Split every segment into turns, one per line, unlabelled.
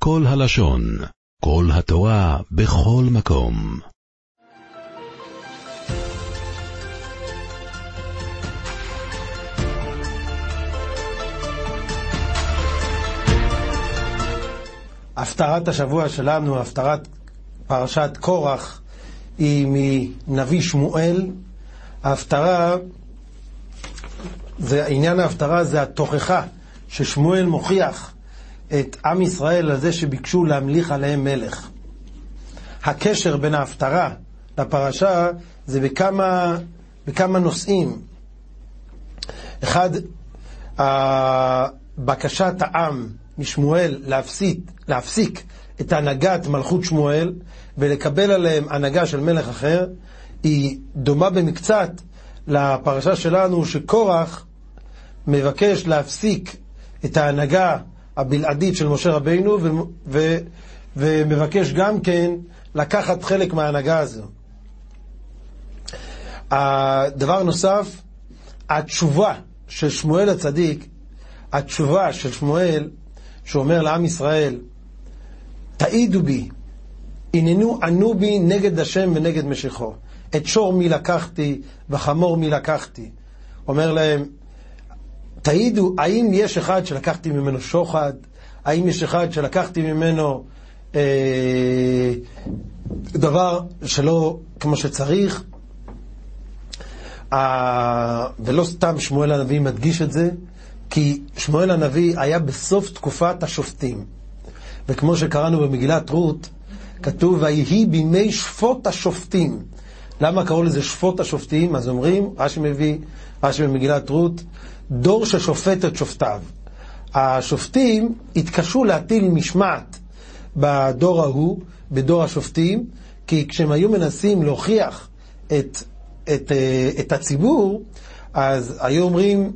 כל הלשון, כל התורה, בכל מקום.
הפטרת השבוע שלנו, הפטרת פרשת קורח, היא מנביא שמואל. ההפטרה, עניין ההפטרה זה התוכחה ששמואל מוכיח את עם ישראל על זה שביקשו להמליך עליהם מלך. הקשר בין ההפטרה לפרשה זה בכמה נושאים. אחד, בקשת העם משמואל להפסיק את הנהגת מלכות שמואל ולקבל עליהם הנהגה של מלך אחר, היא דומה במקצת לפרשה שלנו שקורח מבקש להפסיק את ההנהגה הבלעדית של משה רבינו ומבקש גם כן לקחת חלק מההנהגה הזו. הדבר נוסף, התשובה של שמואל הצדיק, התשובה של שמואל שאומר לעם ישראל, תעידו בי, הננו ענו בי נגד השם ונגד משיחו, את שור מי לקחתי וחמור מי לקחתי. אומר להם, תעידו, האם יש אחד שלקחתי ממנו שוחד? האם יש אחד שלקחתי ממנו דבר שלא כמו שצריך? ולא סתם שמואל הנביא מדגיש את זה, כי שמואל הנביא היה בסוף תקופת השופטים. וכמו שקראנו במגילת רות, כתוב, ויהי בימי שפוט השופטים. למה קראו לזה שפוט השופטים? אז אומרים, רש"י במגילת רות, דור ששופט את שופטיו. השופטים התקשו להטיל משמעת בדור ההוא, בדור השופטים, כי כשהם היו מנסים להוכיח את הציבור, אז היו אומרים,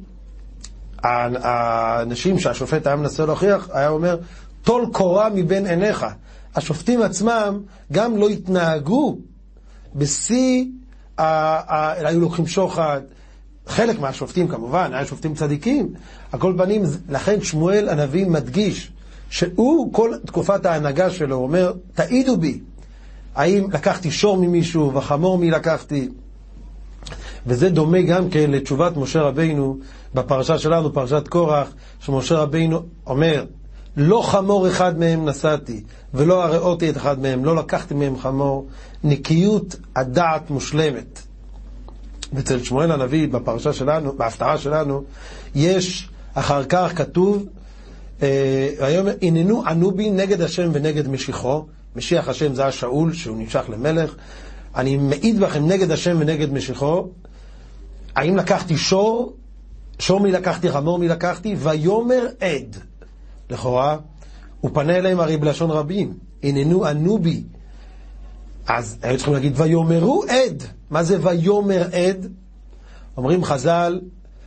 האנשים שהשופט היה מנסה להוכיח, היה אומר, טול קורה מבין עיניך. השופטים עצמם גם לא התנהגו בשיא, היו לוקחים שוחד. חלק מהשופטים כמובן, היה שופטים צדיקים. על כל פנים, לכן שמואל הנביא מדגיש, שהוא כל תקופת ההנהגה שלו אומר, תעידו בי, האם לקחתי שור ממישהו וחמור מי לקחתי? וזה דומה גם כן לתשובת משה רבינו בפרשה שלנו, פרשת קורח, שמשה רבינו אומר, לא חמור אחד מהם נשאתי, ולא הראותי את אחד מהם, לא לקחתי מהם חמור, נקיות הדעת מושלמת. ואצל שמואל הנביא בפרשה שלנו, בהפטרה שלנו, יש אחר כך כתוב, היום הננו ענו בי נגד השם ונגד משיחו. משיח השם זה השאול שהוא נמשך למלך. אני מעיד בכם נגד השם ונגד משיחו. האם לקחתי שור מי לקחתי, חמור מי לקחתי? ויומר עד. לכאורה הוא פנה אליהם הרי בלשון רבים, הננו ענו בי. אז היו צריכים להגיד ויומרו עד. מה זה ויומר עד? אומרים חז"ל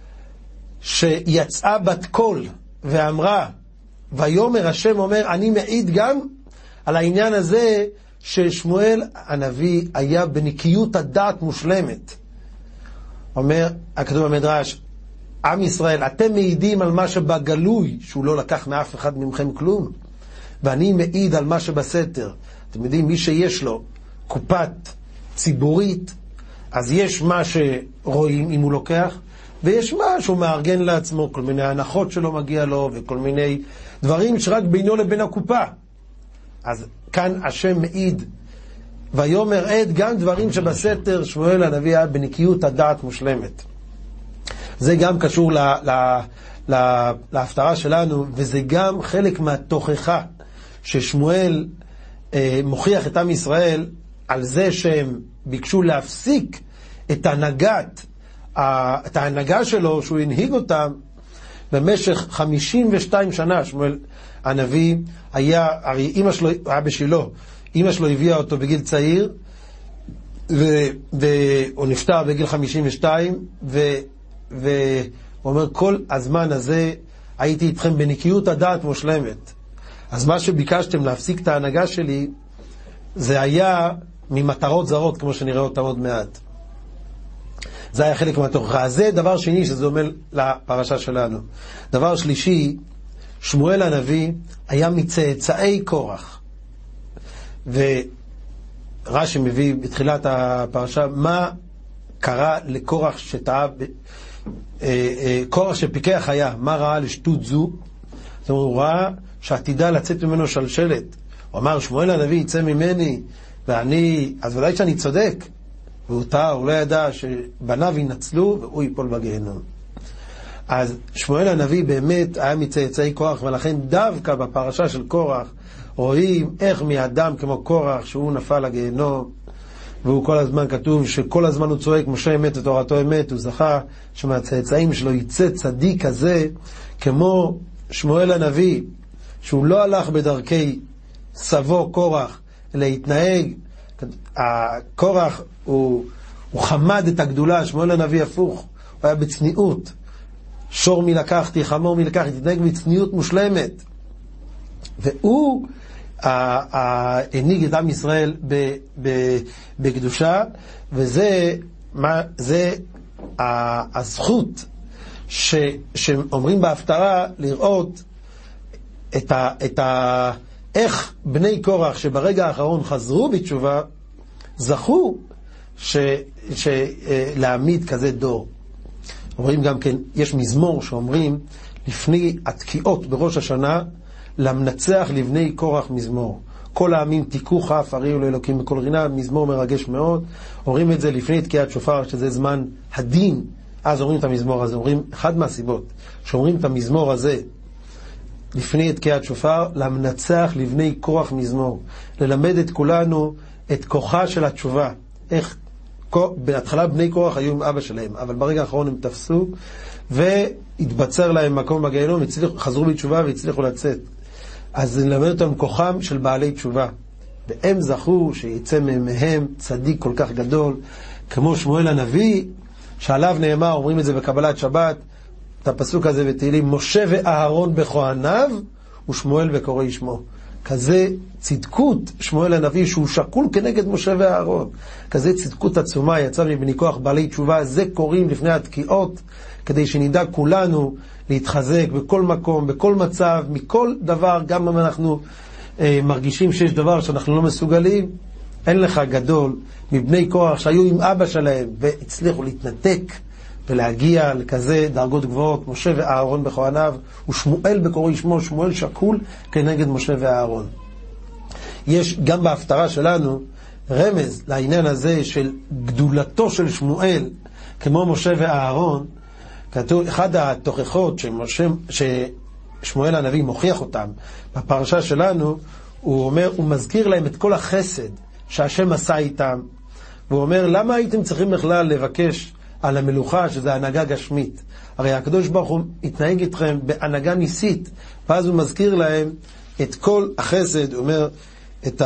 שיצאה בת קול ואמרה, ויומר השם אומר, אני מעיד גם על העניין הזה ששמואל הנביא היה בנקיות הדעת מושלמת. אומר הכתוב במדרש, עם ישראל, אתם מעידים על מה שבגלוי, שהוא לא לקח מאף אחד ממכם כלום, ואני מעיד על מה שבסתר. אתם יודעים, מי שיש לו קופת ציבורית, אז יש מה שרואים אם הוא לוקח, ויש מה שהוא מארגן לעצמו, כל מיני הנחות שלא מגיע לו, וכל מיני דברים שרק בינו לבין הקופה. אז כאן השם מעיד, ויומר עד, גם דברים שבסתר שמואל הנביא היה בנקיות הדעת מושלמת. זה גם קשור להפטרה שלנו, וזה גם חלק מהתוכחה ששמואל מוכיח את עם ישראל על זה שהם ביקשו להפסיק את ההנהגה שלו, שהוא הנהיג אותם במשך 52 שנה. שמואל הנביא היה, הרי אמא שלו היה בשילו, אמא שלו הביאה אותו בגיל צעיר, והוא נפטר בגיל 52, והוא אומר, כל הזמן הזה הייתי איתכם בנקיות הדעת מושלמת. אז מה שביקשתם להפסיק את ההנהגה שלי, זה היה ממטרות זרות, כמו שנראה אותם עוד מעט. זה היה חלק מהתוכחה. אז זה דבר שני שזה אומר לפרשה שלנו. דבר שלישי, שמואל הנביא היה מצאצאי קורח. ורש"י מביא בתחילת הפרשה מה קרה לקורח שטעה, קורח שפיקח היה, מה ראה לשטות זו? זאת אומרת, הוא ראה שעתידה לצאת ממנו שלשלת. הוא אמר, שמואל הנביא יצא ממני, אז ודאי שאני צודק. והוא טעה, הוא לא ידע שבניו ינצלו והוא ייפול בגיהנום. אז שמואל הנביא באמת היה מצאצאי קורח, ולכן דווקא בפרשה של קורח רואים איך מאדם כמו קורח שהוא נפל לגיהנום, והוא כל הזמן כתוב שכל הזמן הוא צועק משה אמת ותורתו אמת. הוא זכה שמהצאצאים שלו יצא צדיק כזה כמו שמואל הנביא, שהוא לא הלך בדרכי סבו קורח, אלא התנהג. קורח הוא חמד את הגדולה, שמואל הנביא הפוך, הוא היה בצניעות. שור מלקחתי, חמור מלקחתי, התנהג בצניעות מושלמת. והוא הנהיג את עם ישראל בקדושה, וזה הזכות שאומרים בהפטרה לראות איך בני קורח שברגע האחרון חזרו בתשובה זכו להעמיד כזה דור. אומרים גם כן, יש מזמור שאומרים לפני התקיעות בראש השנה, למנצח לבני קורח מזמור. כל העמים תיקו כף, הריעו לאלוקים בכל רינה, מזמור מרגש מאוד. אומרים את זה לפני תקיעת שופר, שזה זמן הדין. אז אומרים את המזמור הזה. אומרים, אחד מהסיבות שאומרים את המזמור הזה לפני תקיעת שופר, למנצח לבני קורח מזמור. ללמד את כולנו את כוחה של התשובה. איך בהתחלה בני קורח היו עם אבא שלהם, אבל ברגע האחרון הם תפסו והתבצר להם מקום בגיהנום, חזרו בתשובה והצליחו לצאת. אז נלמד אותם כוחם של בעלי תשובה, והם זכו שיצא מהם צדיק כל כך גדול כמו שמואל הנביא, שעליו נאמר, אומרים את זה בקבלת שבת, את הפסוק הזה בתהילים, משה ואהרון בכהניו ושמואל בקוראי שמו. כזה צדקות שמואל הנביא שהוא שקול כנגד משה ואהרון, כזה צדקות עצומה יצא מבני קורח בעלי תשובה. זה קוראים לפני התקיעות, כדי שנדע כולנו להתחזק בכל מקום, בכל מצב, מכל דבר. גם אם אנחנו מרגישים שיש דבר שאנחנו לא מסוגלים, אין לך גדול מבני קורח שהיו עם אבא שלהם והצליחו להתנתק ולהגיע לכזה דרגות גבוהות, משה ואהרון בכהניו ושמואל בקוראי שמו. שמואל שקול כנגד משה ואהרון. יש גם בהפטרה שלנו רמז לעניין הזה של גדולתו של שמואל כמו משה ואהרון. כתוב, אחד התוכחות ששמואל הנביא מוכיח אותם בפרשה שלנו, הוא אומר, הוא מזכיר להם את כל החסד שהשם עשה איתם, והוא אומר, למה הייתם צריכים בכלל לבקש על המלוכה, שזה הנהגה גשמית? הרי הקדוש ברוך הוא התנהג איתכם בהנהגה ניסית. ואז הוא מזכיר להם את כל החסד. הוא אומר את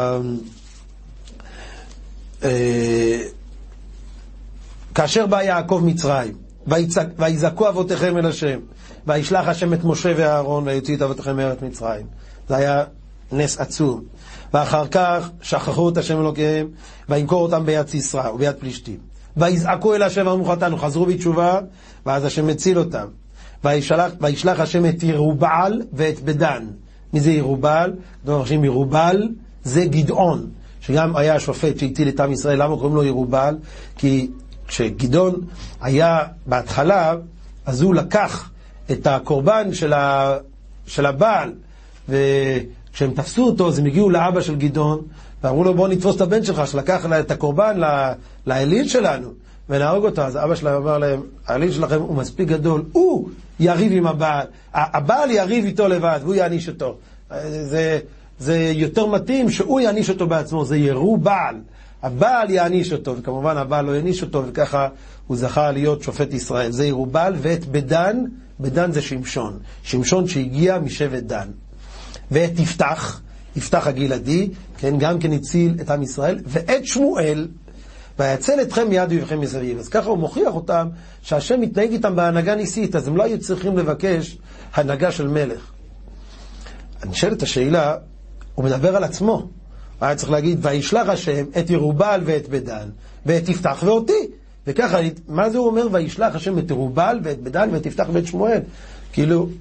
כאשר בא יעקב מצרים ויזעקו אבותיכם אל השם, וישלח השם את משה ואהרון ויוציא את אבותיכם מארץ מצרים. זה היה נס עצום. ואחר כך שכחו את השם אלוקיהם וימכור אותם ביד סיסרא וביד פלישתים, ויזעקו אל השם ואמרו חטאנו, חזרו בתשובה, ואז השם מציל אותם. וישלח השם את ירובעל ואת בדן. מי זה ירובעל? ירובעל זה גדעון, שגם היה השופט שהציל את עם ישראל. למה קוראים לו ירובעל? כי כשגדעון היה בהתחלה, אז הוא לקח את הקורבן של הבעל, וכשהם תפסו אותו, אז הם הגיעו לאבא של גדעון ואמרו לו, בוא נתפוס את הבן שלך שלקח את הקורבן לאליל שלנו ונהרוג אותו. אז אבא שלהם אמר להם, האליל שלכם הוא מספיק גדול, הוא יריב עם הבעל, הבעל יריב איתו לבד והוא יעניש אותו. זה יותר מתאים שהוא יעניש אותו בעצמו. זה ירובעל, הבעל יעניש אותו, וכמובן הבעל לא יעניש אותו, וככה הוא זכה להיות שופט ישראל. זה ירובעל. ואת בדן, בדן זה שמשון, שמשון שהגיע משבט דן. ואת יפתח, יפתח הגלעדי, כן, גם כן הציל את עם ישראל. ואת שמואל, ויצל אתכם מיד אויביכם מסביב. אז ככה הוא מוכיח אותם שהשם מתנהג איתם בהנהגה ניסית, אז הם לא היו צריכים לבקש הנהגה של מלך. אני שואל את השאלה, הוא מדבר על עצמו, היה צריך להגיד וישלח השם את ירובעל ואת בדן ואת יפתח ואותי, וככה מה זה הוא אומר? וישלח השם את ירובעל ואת בדן ואת יפתח ואת שמואל. כאילו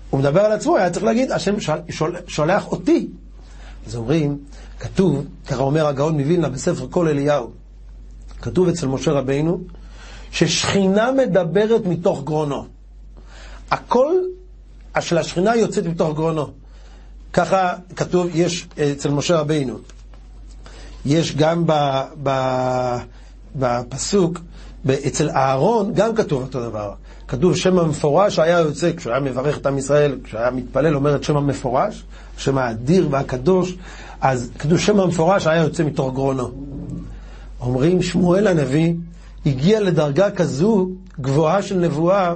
הוא מדבר על עצמו, היה צריך להגיד, השם שולח אותי. אז אומרים, כתוב, ככה אומר הגאון מווילנה בספר כל אליהו, כתוב אצל משה רבינו, ששכינה מדברת מתוך גרונו. הקול של השכינה יוצאת מתוך גרונו. ככה כתוב, יש אצל משה רבינו. יש גם בפסוק, אצל אהרון גם כתוב אותו דבר. כתוב שם המפורש היה יוצא, כשהוא היה מברך את עם ישראל, כשהוא היה מתפלל, אומר את שם המפורש, שם האדיר והקדוש, אז כתוב שם המפורש היה יוצא מתוך גרונו. אומרים שמואל הנביא הגיע לדרגה כזו גבוהה של נבואה,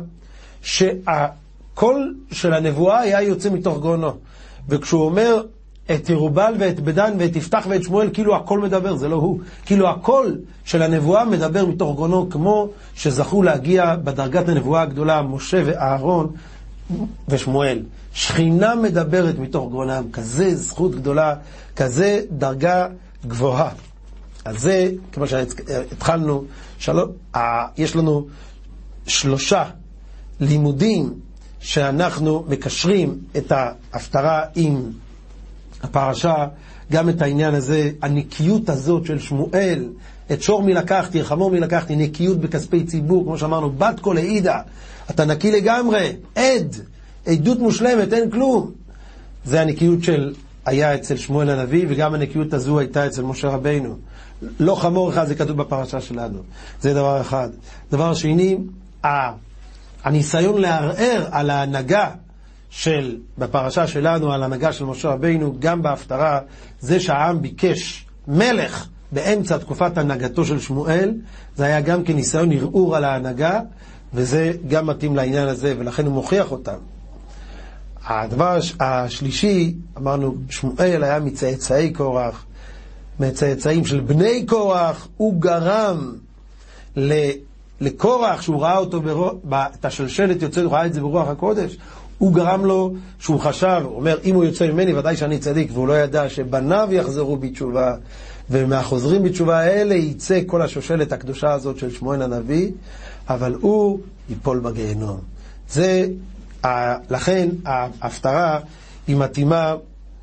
שהקול של הנבואה היה יוצא מתוך גרונו. וכשהוא אומר את ירובל ואת בדן ואת יפתח ואת שמואל, כאילו הכל מדבר, זה לא הוא. כאילו הקול של הנבואה מדבר מתוך גרונו, כמו שזכו להגיע בדרגת הנבואה הגדולה משה ואהרון ושמואל. שכינה מדברת מתוך גרונם, כזה זכות גדולה, כזה דרגה גבוהה. אז זה, כמו שהתחלנו, יש לנו 3 לימודים שאנחנו מקשרים את ההפטרה עם הפרשה, גם את העניין הזה, הנקיות הזאת של שמואל, את שור מי לקחתי, חמור מי לקחתי, נקיות בכספי ציבור, כמו שאמרנו, בת כל העידה, אתה נקי לגמרי, עדות מושלמת, אין כלום. זה הנקיות של היה אצל שמואל הנביא, וגם הנקיות הזו הייתה אצל משה רבינו. לא חמור אחד, זה כתוב בפרשה שלנו. זה דבר אחד. דבר שני, הניסיון לערער על ההנהגה של, בפרשה שלנו, על ההנהגה של משה רבינו, גם בהפטרה, זה שהעם ביקש מלך באמצע תקופת הנהגתו של שמואל, זה היה גם כניסיון ערעור על ההנהגה, וזה גם מתאים לעניין הזה, ולכן הוא מוכיח אותם. הדבר השלישי, אמרנו, שמואל היה מצאצאי קורח, מצאצאים של בני קורח, הוא גרם לקורח, שהוא ראה אותו את השלשלת יוצא, הוא ראה את זה ברוח הקודש, הוא גרם לו שהוא חשב, הוא אומר, אם הוא יוצא ממני ודאי שאני צדיק, והוא לא ידע שבניו יחזרו בתשובה, ומהחוזרים בתשובה האלה יצא כל השושלת הקדושה הזאת של שמואל הנביא, אבל הוא ייפול בגיהנום. זה, לכן ההפטרה היא מתאימה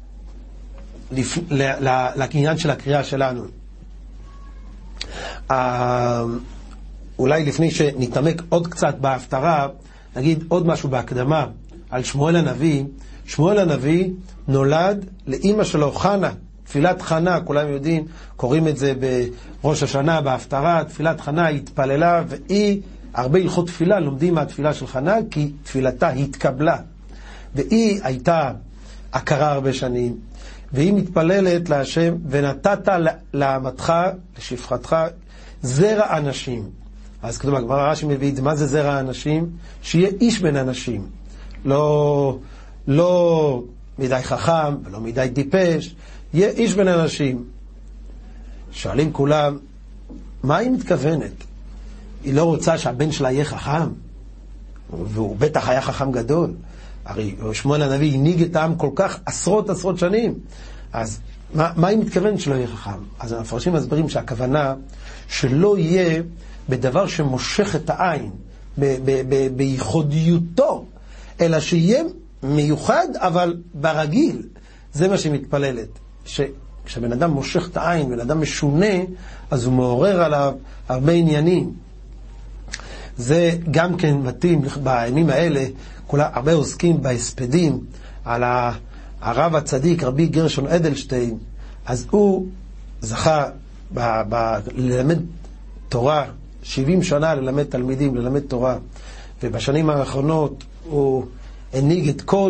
לעניין של הקריאה שלנו. אולי לפני שנתעמק עוד קצת בהפטרה, נגיד עוד משהו בהקדמה על שמואל הנביא. שמואל הנביא נולד לאמא שלו חנה, תפילת חנה, כולם יודעים, קוראים את זה בראש השנה, בהפטרה, תפילת חנה, היא התפללה, והיא, הרבה הלכות תפילה לומדים מהתפילה של חנה, כי תפילתה התקבלה, והיא הייתה הכרה הרבה שנים, והיא מתפללת להשם, ונתת לאמתך, לשפחתך, זרע אנשים. אז כתוב, הגמרא רש"י מביא את זה, מה זה זרע אנשים? שיהיה איש בין אנשים. לא מדי חכם, ולא מדי טיפש, יהיה איש בין אנשים. שואלים כולם, מה היא מתכוונת? היא לא רוצה שהבן שלה יהיה חכם? והוא בטח היה חכם גדול. הרי שמואל הנביא הנהיג את העם כל כך עשרות שנים. אז מה היא מתכוונת שלא יהיה חכם? אז המפרשים מסברים שהכוונה שלא יהיה בדבר שמושך את העין, בייחודיותו, אלא שיהיה מיוחד, אבל ברגיל. זה מה שהיא מתפללת. כשבן אדם מושך את העין, בן אדם משונה, אז הוא מעורר עליו הרבה עניינים. זה גם כן מתאים בימים האלה, הרבה עוסקים בהספדים על הרב הצדיק, רבי גרשון אדלשטיין. אז הוא זכה ללמד תורה, 70 שנה ללמד תלמידים, ללמד תורה. ובשנים האחרונות הוא הנהיג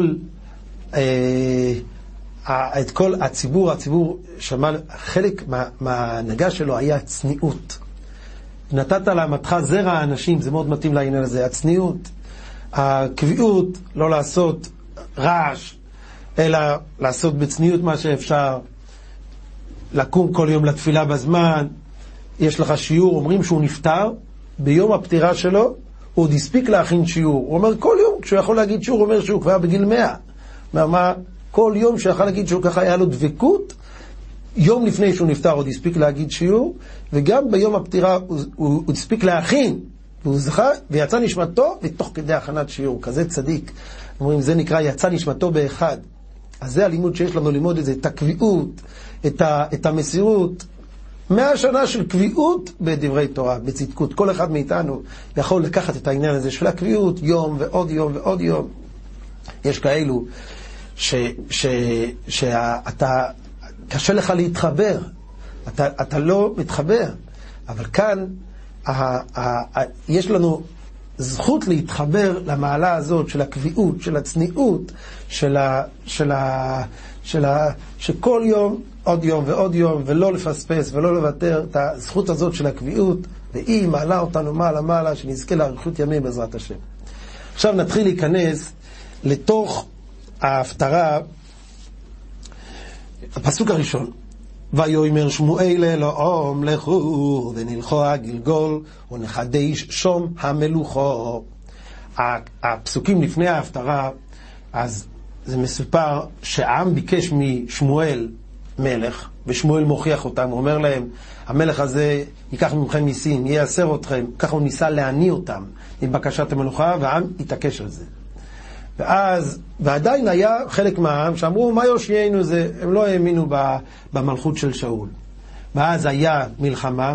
את כל הציבור שמע, חלק מההנהגה שלו היה צניעות. נתת לאמתך זרע האנשים, זה מאוד מתאים לעניין הזה, הצניעות, הקביעות, לא לעשות רעש, אלא לעשות בצניעות מה שאפשר, לקום כל יום לתפילה בזמן. יש לך שיעור, אומרים שהוא נפטר, ביום הפטירה שלו, הוא עוד הספיק להכין שיעור. הוא אומר כל יום, כשהוא יכול להגיד שיעור, הוא אומר שהוא כבר בגיל 100. מה, כל יום שהוא יכול להגיד שהוא ככה היה לו דבקות, יום לפני שהוא נפטר עוד הספיק להגיד שיעור, וגם ביום הפטירה הוא הספיק להכין, והוא זכה, ויצא נשמתו, ותוך כדי הכנת שיעור, כזה צדיק. אומרים, זה נקרא יצא נשמתו באחד. אז זה הלימוד שיש לנו ללמוד את זה, את הקביעות, את המסירות. 100 שנה של קביעות בדברי תורה, בצדקות. כל אחד מאיתנו יכול לקחת את העניין הזה של הקביעות, יום ועוד יום ועוד יום. יש כאלו שאתה קשה לך להתחבר, אתה לא מתחבר, אבל כאן יש לנו זכות להתחבר למעלה הזאת של הקביעות, של הצניעות, שכל יום עוד יום ועוד יום, ולא לפספס ולא לוותר, את הזכות הזאת של הקביעות, והיא מעלה אותנו מעלה, שנזכה לאריכות ימים בעזרת השם. עכשיו נתחיל להיכנס לתוך ההפטרה, הפסוק הראשון. ויאמר שמואל אל העם לכו ונלכו הגלגול ונחדש שום המלוכו. הפסוקים לפני ההפטרה, אז זה מסופר שהעם ביקש משמואל מלך, ושמואל מוכיח אותם, הוא אומר להם, המלך הזה ייקח ממכם מיסים, ייסר אתכם, ככה הוא ניסה להניע אותם עם בקשת המלוכה, והעם התעקש על זה. ועדיין היה חלק מהעם שאמרו, מה יושיינו זה? הם לא האמינו במלכות של שאול. ואז היה מלחמה,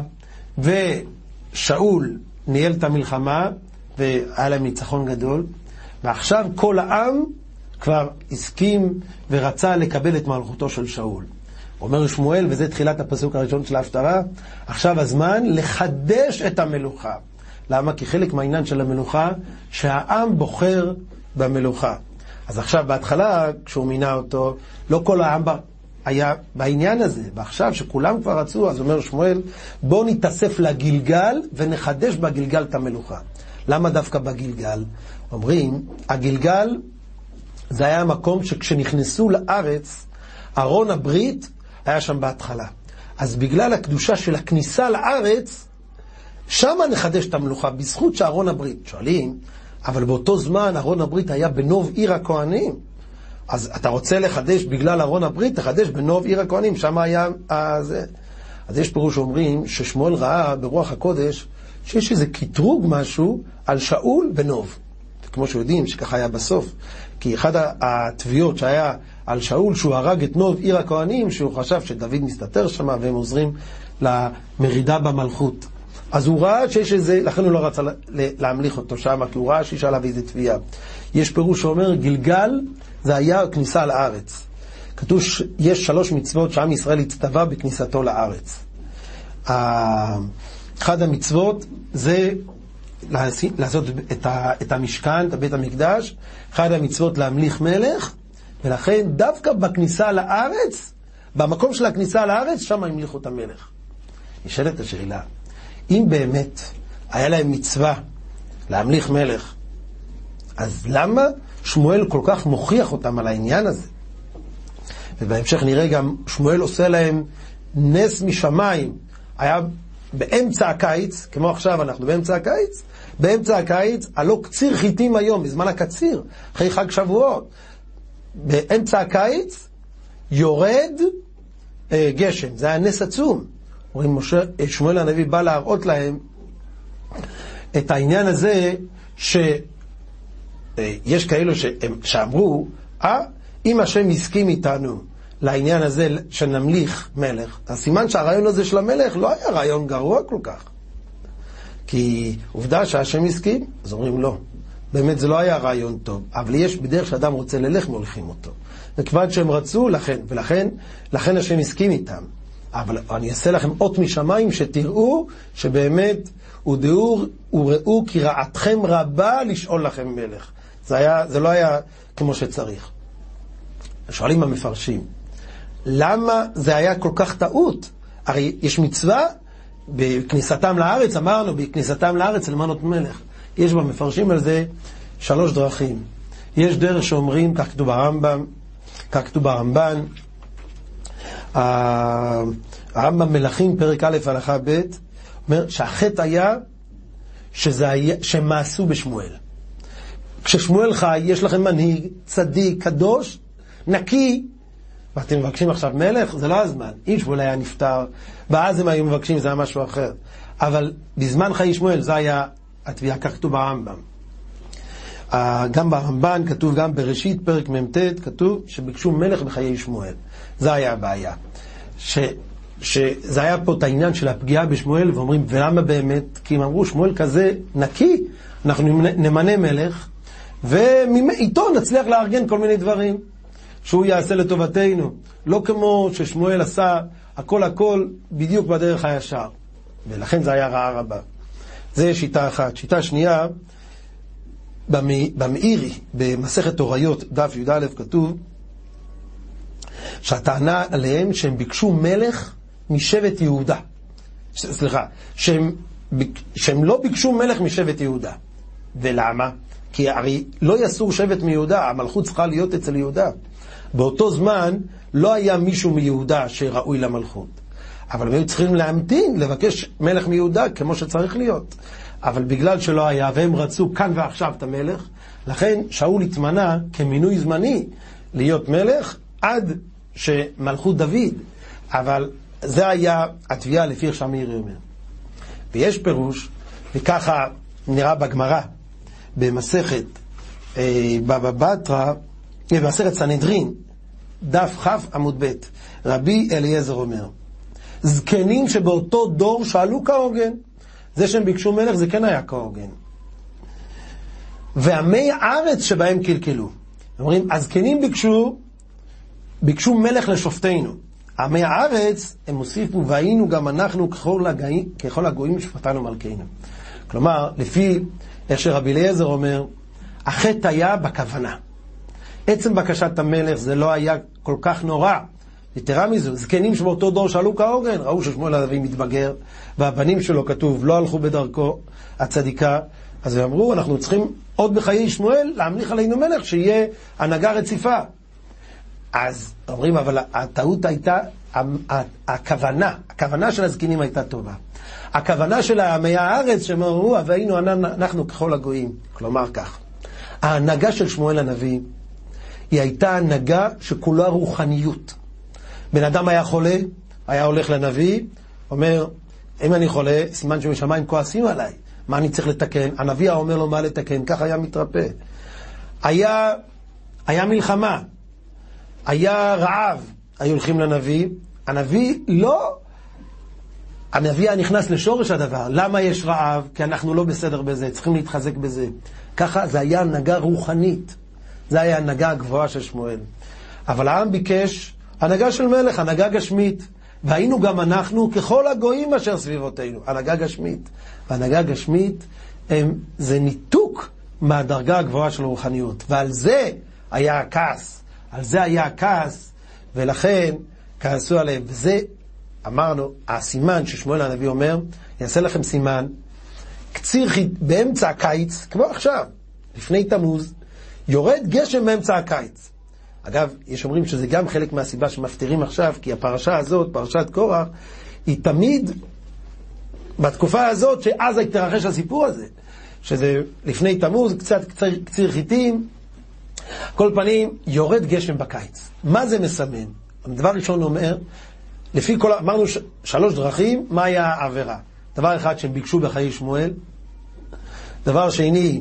ושאול ניהל את המלחמה, והיה להם ניצחון גדול, ועכשיו כל העם כבר הסכים ורצה לקבל את מלכותו של שאול. אומר שמואל, וזה תחילת הפסוק הראשון של ההפטרה, עכשיו הזמן לחדש את המלוכה. למה? כי חלק מהעניין של המלוכה, שהעם בוחר במלוכה. אז עכשיו בהתחלה, כשהוא מינה אותו, לא כל העם היה בעניין הזה, ועכשיו שכולם כבר רצו, אז אומר שמואל, בוא נתאסף לגלגל ונחדש בגלגל את המלוכה. למה דווקא בגלגל? אומרים, הגלגל זה היה המקום שכשנכנסו לארץ, ארון הברית היה שם בהתחלה. אז בגלל הקדושה של הכניסה לארץ, שם נחדש את המלוכה, בזכות שארון הברית. שואלים, אבל באותו זמן ארון הברית היה בנוב עיר הכהנים. אז אתה רוצה לחדש בגלל ארון הברית, תחדש בנוב עיר הכהנים, שם היה זה. אז יש פירוש שאומרים ששמואל ראה ברוח הקודש שיש איזה קטרוג משהו על שאול בנוב. כמו שיודעים שככה היה בסוף. כי אחד התביעות שהיה על שאול שהוא הרג את נוב עיר הכהנים, שהוא חשב שדוד מסתתר שם והם עוזרים למרידה במלכות. אז הוא ראה שיש איזה, לכן הוא לא רצה להמליך אותו שם, כי הוא ראה שיש עליו איזה תביעה. יש פירוש שאומר, גלגל זה היה כניסה לארץ. כתוב יש 3 מצוות שעם ישראל הצטווה בכניסתו לארץ. אחד המצוות זה לעשות את המשכן, את בית המקדש. אחד המצוות להמליך מלך, ולכן דווקא בכניסה לארץ, במקום של הכניסה לארץ, שם המליכו את המלך. נשאלת השאלה, אם באמת היה להם מצווה להמליך מלך, אז למה שמואל כל כך מוכיח אותם על העניין הזה? ובהמשך נראה גם שמואל עושה להם נס משמיים. היה באמצע הקיץ, כמו עכשיו אנחנו באמצע הקיץ, הלא קציר חיטים היום, בזמן הקציר, אחרי חג שבועות, באמצע הקיץ יורד גשם, זה היה נס עצום. שמואל הנביא בא להראות להם את העניין הזה שיש כאלו שאמרו, אם השם הסכים איתנו לעניין הזה שנמליך מלך, הסימן שהרעיון הזה של המלך לא היה רעיון גרוע כל כך, כי עובדה שהשם הסכים. אז אומרים לא, באמת זה לא היה רעיון טוב, אבל יש בדרך שאדם רוצה ללך מולכים אותו, וכיוון שהם רצו, לכן השם הסכים איתם. אבל אני אעשה לכם אות משמיים שתראו שבאמת וראו כי רעתכם רבה לשאול לכם מלך. זה לא היה כמו שצריך. שואלים המפרשים, למה זה היה כל כך טעות? הרי יש מצווה בכניסתם לארץ, אמרנו בכניסתם לארץ למנות מלך. יש במפרשים על זה 3 דרכים. יש דרך שאומרים, כך כתוב ברמב"ן, הרמב"ם מלכים פרק א' הלכה ב', אומר שהחטא היה שהם מעשו בשמואל. כששמואל חי, יש לכם מנהיג, צדיק, קדוש, נקי, ואתם מבקשים עכשיו מלך, זה לא הזמן. אם שמואל היה נפטר, ואז הם היו מבקשים, זה היה משהו אחר. אבל בזמן חיי שמואל, זה היה התביעה, כך כתוב ברמב"ם. גם ברמב"ן כתוב, גם בראשית פרק מ"ט כתוב שביקשו מלך בחיי שמואל. זה היה הבעיה. שזה היה פה את העניין של הפגיעה בשמואל, ואומרים, ולמה באמת? כי הם אמרו, שמואל כזה נקי, אנחנו נמנה מלך, ואיתו נצליח לארגן כל מיני דברים, שהוא יעשה לטובתנו. לא כמו ששמואל עשה הכל בדיוק בדרך הישר. ולכן זה היה רעה רבה. זה שיטה אחת. שיטה שנייה, במאירי, במסכת הוריות, דף י"א, כתוב, שהטענה עליהם שהם ביקשו מלך משבט יהודה. סליחה, שהם לא ביקשו מלך משבט יהודה. ולמה? כי הרי לא יסור שבט מיהודה, המלכות צריכה להיות אצל יהודה. באותו זמן לא היה מישהו מיהודה שראוי למלכות. אבל הם היו צריכים להמתין, לבקש מלך מיהודה כמו שצריך להיות. אבל בגלל שלא היה, והם רצו כאן ועכשיו את המלך, לכן שאול התמנה כמינוי זמני להיות מלך עד שמלכות דוד. אבל זה היה התביעה לפי איך שהמאירי אומר. ויש פירוש, וככה נראה בגמרא, במסכת בבא בתרא, במסכת סנהדרין, דף כ' עמוד ב', רבי אליעזר אומר, זקנים שבאותו דור שאלו כהוגן. זה שהם ביקשו מלך זה כן היה כהוגן. ועמי הארץ שבהם קלקלו. אומרים, הזקנים ביקשו מלך לשופטינו. עמי הארץ, הם הוסיפו, והיינו גם אנחנו ככל הגויים שפטנו מלכנו. כלומר, לפי איך שרבי אליעזר אומר, החטא היה בכוונה. עצם בקשת המלך זה לא היה כל כך נורא. יתרה מזו, זקנים שבאותו דור שאלו כהוגן, ראו ששמואל הנביא מתבגר, והבנים שלו כתוב, לא הלכו בדרכו הצדיקה, אז הם אמרו, אנחנו צריכים עוד בחיי שמואל להמליך עלינו מלך, שיהיה הנהגה רציפה. אז אומרים, אבל הטעות הייתה, הכוונה של הזקנים הייתה טובה. הכוונה של עמי הארץ, שהם אמרו, והיינו אנחנו ככל הגויים. כלומר כך, ההנהגה של שמואל הנביא, היא הייתה הנהגה שכולה רוחניות. בן אדם היה חולה, היה הולך לנביא, אומר, אם אני חולה, סימן שמשמיים כועסים עליי, מה אני צריך לתקן? הנביא אומר לו מה לתקן, כך היה מתרפא. היה מלחמה, היה רעב, היו הולכים לנביא, הנביא היה נכנס לשורש הדבר. למה יש רעב? כי אנחנו לא בסדר בזה, צריכים להתחזק בזה. ככה זה היה הנהגה רוחנית, זה היה הנהגה הגבוהה של שמואל. אבל העם ביקש הנהגה של מלך, הנהגה גשמית, והיינו גם אנחנו ככל הגויים אשר סביבותינו, הנהגה גשמית. והנהגה גשמית זה ניתוק מהדרגה הגבוהה של הרוחניות, ועל זה היה הכעס, ולכן כעסו עליהם. וזה אמרנו, הסימן ששמואל הנביא אומר, יעשה לכם סימן, קציר באמצע הקיץ, כמו עכשיו, לפני תמוז, יורד גשם באמצע הקיץ. אגב, יש אומרים שזה גם חלק מהסיבה שמפתירים עכשיו, כי הפרשה הזאת, פרשת קורח, היא תמיד בתקופה הזאת שאז התרחש הסיפור הזה, שזה לפני תמוז, קצת קציר חיטים, כל פנים יורד גשם בקיץ. מה זה מסמן? הדבר ראשון אומר, אמרנו 3 דרכים, מה היה העבירה? דבר אחד שהם ביקשו בחיי שמואל, דבר שני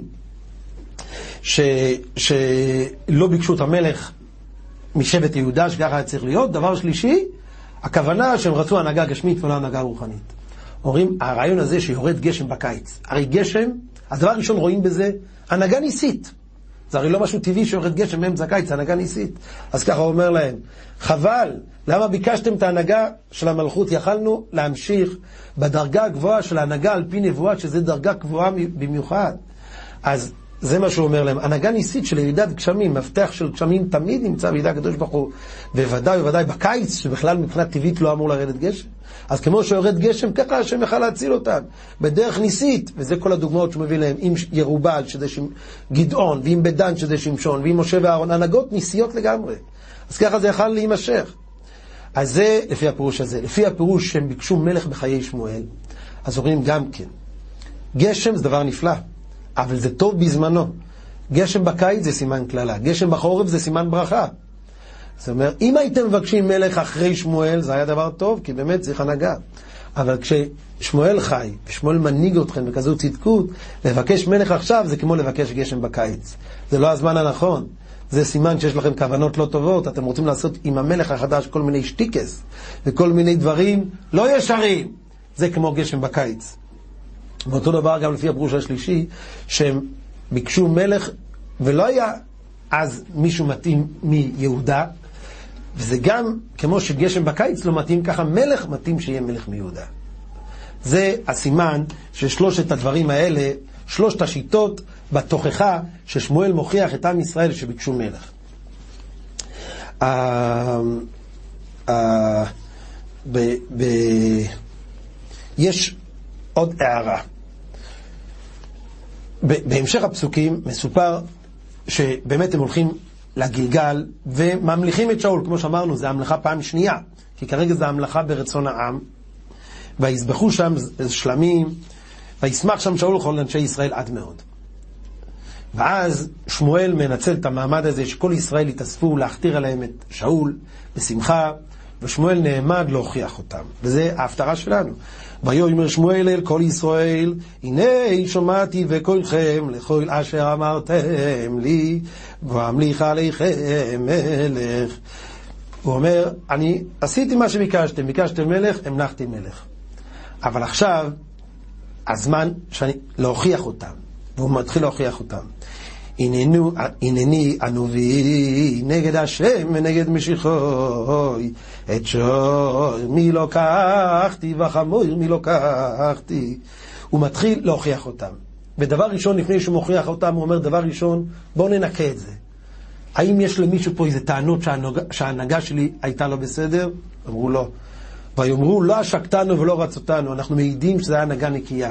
שלא ביקשו את המלך משבט יהודה, שככה היה צריך להיות. דבר שלישי, הכוונה שהם רצו הנהגה גשמית ולא הנהגה רוחנית. אומרים, הרעיון הזה שיורד גשם בקיץ, הרי גשם, אז דבר ראשון רואים בזה הנהגה ניסית. זה הרי לא משהו טבעי שיורד גשם באמצע הקיץ, הנהגה ניסית. אז ככה הוא אומר להם, חבל, למה ביקשתם את ההנהגה של המלכות? יכלנו להמשיך בדרגה הגבוהה של ההנהגה על פי נבואה, שזה דרגה גבוהה במיוחד. אז זה מה שהוא אומר להם, הנהגה ניסית של ירידת גשמים, מפתח של גשמים תמיד נמצא בידי הקדוש ברוך הוא, בוודאי בקיץ, שבכלל מבחינת טבעית לא אמור לרדת גשם. אז כמו שיורד גשם, ככה השם יכל להציל אותם, בדרך ניסית, וזה כל הדוגמאות שהוא מביא להם, עם ירובל, שזה גדעון, ועם בדן, שזה שמשון, ועם משה ואהרון, הנהגות ניסיות לגמרי. אז ככה זה יכל להימשך. אז זה לפי הפירוש הזה. לפי הפירוש שהם ביקשו מלך בחיי שמואל, אז אומרים גם כן, גשם זה דבר נפלא, אבל זה טוב בזמנו. גשם בקיץ זה סימן כללה, גשם בחורף זה סימן ברכה. זאת אומרת, אם הייתם מבקשים מלך אחרי שמואל, זה היה דבר טוב, כי באמת צריך הנהגה. אבל כששמואל חי, ושמואל מנהיג אתכם בכזו צדקות, לבקש מלך עכשיו זה כמו לבקש גשם בקיץ. זה לא הזמן הנכון. זה סימן שיש לכם כוונות לא טובות, אתם רוצים לעשות עם המלך החדש כל מיני שטיקס, וכל מיני דברים לא ישרים. זה כמו גשם בקיץ. ואותו דבר גם לפי הפירוש השלישי, שהם ביקשו מלך, ולא היה אז מישהו מתאים מיהודה, וזה גם כמו שגשם בקיץ לא מתאים, ככה מלך מתאים שיהיה מלך מיהודה. זה הסימן ששלושת הדברים האלה, שלושת השיטות בתוכחה ששמואל מוכיח את עם ישראל שביקשו מלך. יש עוד הערה. בהמשך הפסוקים מסופר שבאמת הם הולכים לגלגל וממליכים את שאול, כמו שאמרנו, זה המלכה פעם שנייה, כי כרגע זה המלכה ברצון העם, ויסבחו שם שלמים, וישמח שם שאול וכל אנשי ישראל עד מאוד. ואז שמואל מנצל את המעמד הזה שכל ישראל יתאספו להכתיר עליהם את שאול בשמחה, ושמואל נעמד להוכיח אותם, וזה ההפטרה שלנו. ויאמר שמואל אל כל ישראל, הנה שמעתי וקולכם לכל אשר אמרתם לי, ואמליך עליכם מלך. הוא אומר, אני עשיתי מה שביקשתם, ביקשתם מלך, המלכתי מלך. אבל עכשיו הזמן להוכיח אותם, והוא מתחיל להוכיח אותם. הנני אנובי נגד השם ונגד משיחוי, את שור מי לא קחתי וחמור מי לא קחתי. הוא מתחיל להוכיח אותם, ודבר ראשון לפני שהוא מוכיח אותם הוא אומר דבר ראשון, בואו ננקה את זה. האם יש למישהו פה איזה טענות שההנהגה שלי הייתה לא בסדר? אמרו לא. ויאמרו לא עשקתנו ולא רצותנו, אנחנו מעידים שזה היה הנהגה נקייה.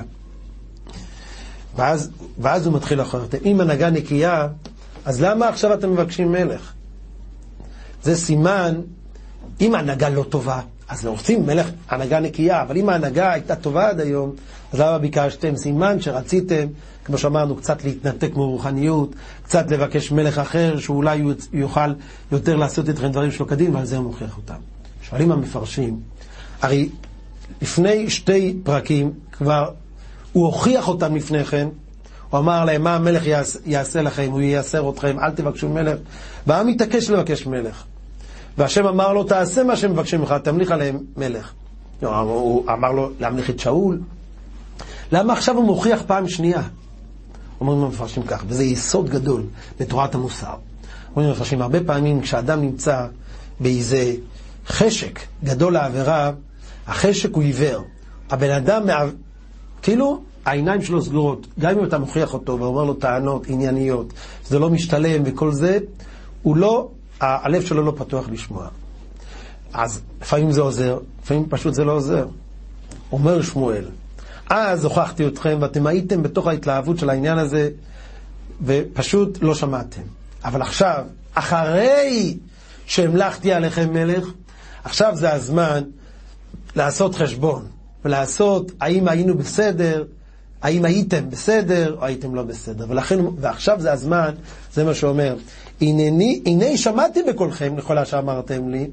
ואז הוא מתחיל אחר. אם הנהגה נקייה, אז למה עכשיו אתם מבקשים מלך? זה סימן, אם ההנהגה לא טובה, אז לא רוצים מלך, הנהגה נקייה, אבל אם ההנהגה הייתה טובה עד היום, אז למה ביקשתם? סימן שרציתם, כמו שאמרנו, קצת להתנתק מרוחניות, קצת לבקש מלך אחר, שאולי יוכל יותר לעשות אתכם דברים שלא כדין, ועל זה הוא מוכיח אותם. שואלים המפרשים, הרי לפני 2 פרקים כבר הוא הוכיח אותם לפני כן, הוא אמר להם מה המלך יעשה לכם, הוא ייסר אתכם, אל תבקשו מלך, והעם מתעקש לבקש מלך, והשם אמר לו תעשה מה שמבקשים לך, תמליך עליהם מלך. הוא אמר לו להמליך את שאול. למה עכשיו הוא מוכיח פעם שנייה? אומרים המפרשים כך, וזה יסוד גדול בתורת המוסר. אומרים המפרשים, הרבה פעמים כשאדם נמצא באיזה חשק גדול לעבירה, החשק הוא עיוור, הבן אדם כאילו העיניים שלו סגורות, גם אם אתה מוכיח אותו ואומר לו טענות ענייניות, זה לא משתלם וכל זה, הוא לא, הלב שלו לא פתוח לשמוע. אז לפעמים זה עוזר, לפעמים פשוט זה לא עוזר. אומר שמואל, אז הוכחתי אתכם ואתם הייתם בתוך ההתלהבות של העניין הזה ופשוט לא שמעתם. אבל עכשיו, אחרי שהמלכתי עליכם מלך, עכשיו זה הזמן לעשות חשבון ולעשות האם היינו בסדר, האם הייתם בסדר או הייתם לא בסדר. ועכשיו זה הזמן, זה מה שאומר, הנה שמעתי בקולכם לכל אשר אמרתם לי,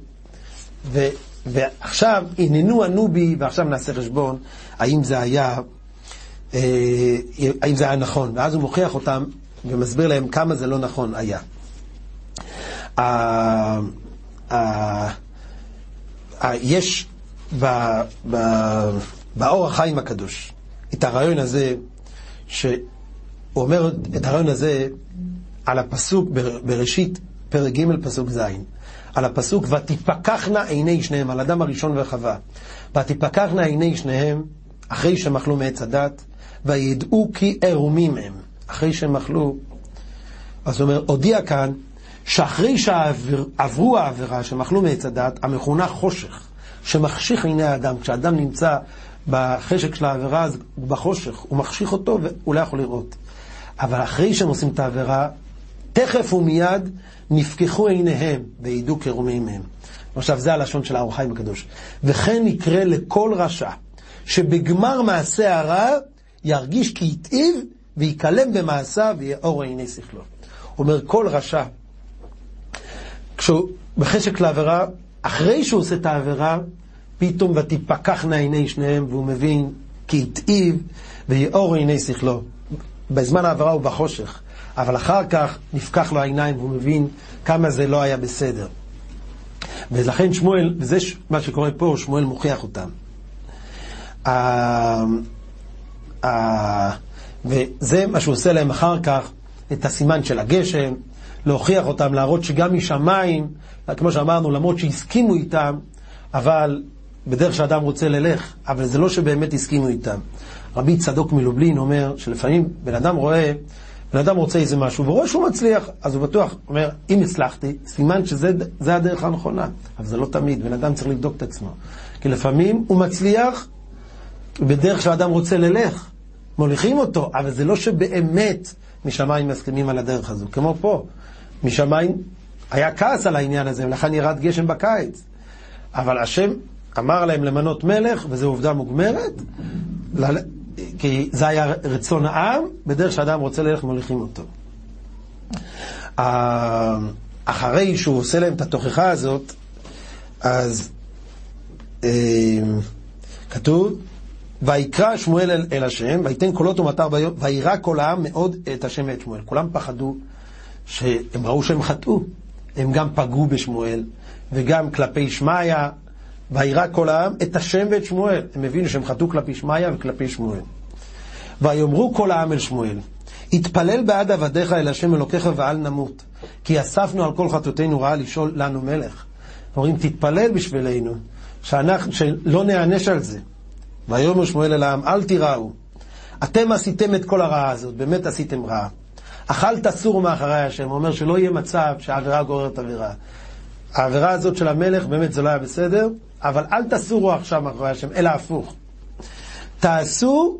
ועכשיו הננו ענו בי, ועכשיו נעשה חשבון האם זה היה נכון. ואז הוא מוכיח אותם ומסביר להם כמה זה לא נכון היה. יש באור החיים הקדוש את הרעיון הזה, שהוא אומר את הרעיון הזה על הפסוק בראשית פרק ג' פסוק ז', על הפסוק ותפקחנה עיני שניהם, על אדם הראשון וחווה, ותפקחנה עיני שניהם אחרי שמחלו מעץ הדת, וידעו כי ערומים הם. אחרי שהם מחלו, אז הוא אומר, הודיע כאן שאחרי שעברו העבירה שמחלו מעץ הדת, המכונה חושך, שמחשיך עיני האדם, כשאדם נמצא בחשק של העבירה, אז הוא בחושך, הוא מחשיך אותו והוא לא יכול לראות. אבל אחרי שהם עושים את העבירה, תכף ומיד נפקחו עיניהם וידעו כרומים הם. עכשיו זה הלשון של האור החיים הקדוש. וכן יקרה לכל רשע שבגמר מעשה הרע ירגיש כי יתאיב ויקלם במעשה ויאור עיני שכלו. אומר כל רשע כשהוא בחשק לעבירה, אחרי שהוא עושה את העבירה, פתאום ותפקחנה עיני שניהם, והוא מבין כי התאיב ויאור עיני שכלו. בזמן העברה הוא בחושך, אבל אחר כך נפקח לו העיניים והוא מבין כמה זה לא היה בסדר. ולכן שמואל, וזה מה שקורה פה, שמואל מוכיח אותם. וזה מה שהוא עושה להם אחר כך, את הסימן של הגשם, להוכיח אותם, להראות שגם משמיים, כמו שאמרנו, למרות שהסכימו איתם, אבל בדרך שאדם רוצה ללך, אבל זה לא שבאמת הסכימו איתם. רבי צדוק מלובלין אומר שלפעמים בן אדם רוצה איזה משהו, ורואה שהוא מצליח, אז הוא בטוח אומר, אם הצלחתי, סימן שזה הדרך הנכונה. אבל זה לא תמיד, בן אדם צריך לבדוק את עצמו. כי לפעמים הוא מצליח בדרך שאדם רוצה ללך, מוליכים אותו, אבל זה לא שבאמת משמיים מסכימים על הדרך הזו. כמו פה, משמיים היה כעס על העניין הזה, ולכן ירד גשם בקיץ. אבל השם אמר להם למנות מלך, וזו עובדה מוגמרת, כי זה היה רצון העם, בדרך שאדם רוצה ללך מוליכים אותו. אחרי שהוא עושה להם את התוכחה הזאת, אז כתוב, ויקרא שמואל אל השם, ויתן קולות ומטר ביום, וירא כל העם מאוד את השם ואת שמואל. כולם פחדו, שהם ראו שהם חטאו, הם גם פגעו בשמואל, וגם כלפי שמעיה, וירא כל העם את השם ואת שמואל. הם הבינו שהם חטאו כלפי שמעיה וכלפי שמואל. ויאמרו כל העם אל שמואל, התפלל בעד עבדיך אל השם אלוקיך ואל נמות, כי אספנו על כל חטאותינו רעה לשאול לנו מלך. אומרים, תתפלל בשבילנו, שלא נענש על זה. ויאמר שמואל אל העם, אל תיראו, אתם עשיתם את כל הרעה הזאת, באמת עשיתם רעה. אכל תסורו מאחרי השם. הוא אומר שלא יהיה מצב שהעבירה גוררת עבירה. העבירה הזאת של המלך באמת זה לא היה בסדר, אבל אל תסורו עכשיו מאחרי השם, אלא הפוך. תעשו,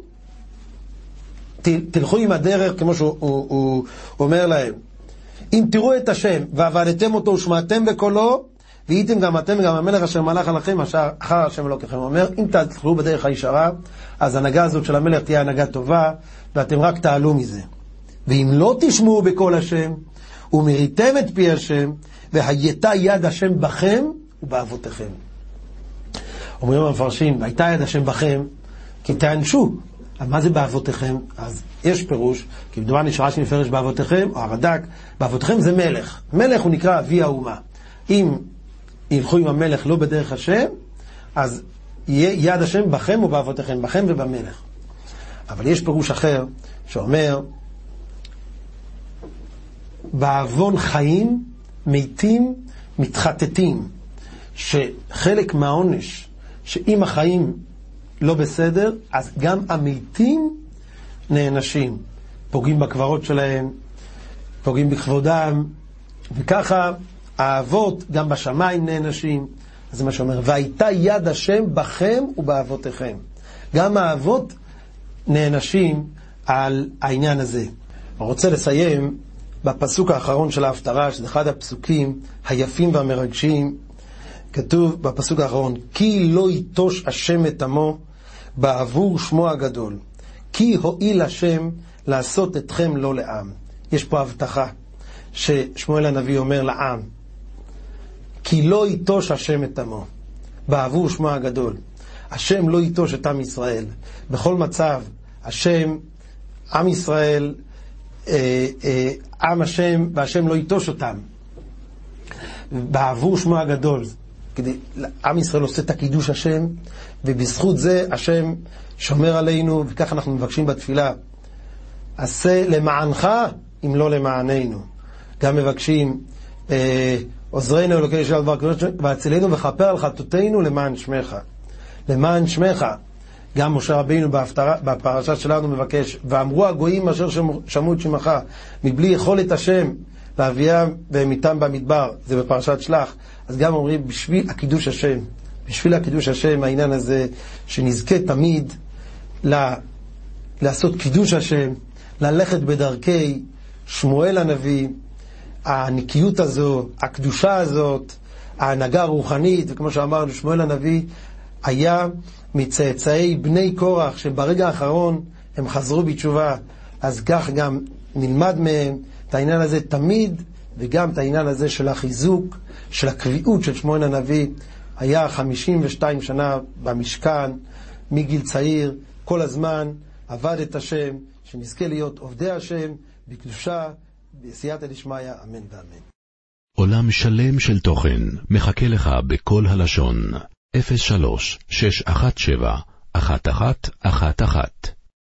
תלכו עם הדרך, כמו שהוא אומר להם, אם תראו את השם ועבדתם אותו ושמעתם בקולו, והייתם גם אתם וגם המלך אשר מלך עליכם אחר השם אלוקיכם. הוא אומר, אם תלכו בדרך הישרה, אז הנהגה הזאת של המלך תהיה הנהגה טובה, ואתם רק תעלו מזה. ואם לא תשמעו בקול השם, ומריתם את פי השם, והייתה יד השם בכם ובאבותיכם. אומרים המפרשים, והייתה יד השם בכם, כי תענשו. אז מה זה באבותיכם? אז יש פירוש, כי מדובר נשארה שנפרש באבותיכם, או הרד"ק, באבותיכם זה מלך. מלך הוא נקרא אבי האומה. אם ילכו עם המלך לא בדרך השם, אז יהיה יד השם בכם ובאבותיכם, בכם ובמלך. אבל יש פירוש אחר, שאומר, בעוון חיים, מתים, מתחתתים, שחלק מהעונש, שאם החיים לא בסדר, אז גם המתים נענשים, פוגעים בקברות שלהם, פוגעים בכבודם, וככה האבות גם בשמיים נענשים. אז זה מה שאומר, והייתה יד השם בכם ובאבותיכם. גם האבות נענשים על העניין הזה. אני רוצה לסיים בפסוק האחרון של ההפטרה, שזה אחד הפסוקים היפים והמרגשים. כתוב בפסוק האחרון, כי לא יטוש השם את עמו בעבור שמו הגדול, כי הועיל השם לעשות אתכם לא לעם. יש פה הבטחה ששמואל הנביא אומר לעם, כי לא יטוש השם את עמו בעבור שמו הגדול. השם לא יטוש את עם ישראל בכל מצב. השם, עם ישראל, עם השם, והשם לא יטוש אותם בעבור שמו הגדול. עם ישראל עושה את הקידוש השם, ובזכות זה השם שומר עלינו, וכך אנחנו מבקשים בתפילה, עשה למענך אם לא למעננו. גם מבקשים עוזרנו אלוקי ישראל והצילנו וכפר על חטאותינו למען שמך. למען שמך. גם משה רבינו בפרשה שלנו מבקש, ואמרו הגויים אשר שמעו את שמך מבלי יכולת השם להביאם והמיתם במדבר, זה בפרשת שלח. אז גם אומרים בשביל הקידוש השם, בשביל הקידוש השם, העניין הזה שנזכה תמיד לעשות קידוש השם, ללכת בדרכי שמואל הנביא, הנקיות הזו, הקדושה הזאת, ההנהגה הרוחנית. וכמו שאמרנו, שמואל הנביא היה מצאצאי בני קורח, שברגע האחרון הם חזרו בתשובה. אז כך גם נלמד מהם את העניין הזה תמיד, וגם את העניין הזה של החיזוק, של הקביעות של שמואל הנביא. היה 52 שנה במשכן, מגיל צעיר, כל הזמן עבד את השם, שנזכה להיות עובדי השם, בקדושה, בעשייתא דשמיא, אמן ואמן.
עולם שלם של תוכן מחכה לך בכל הלשון. 03-617-1111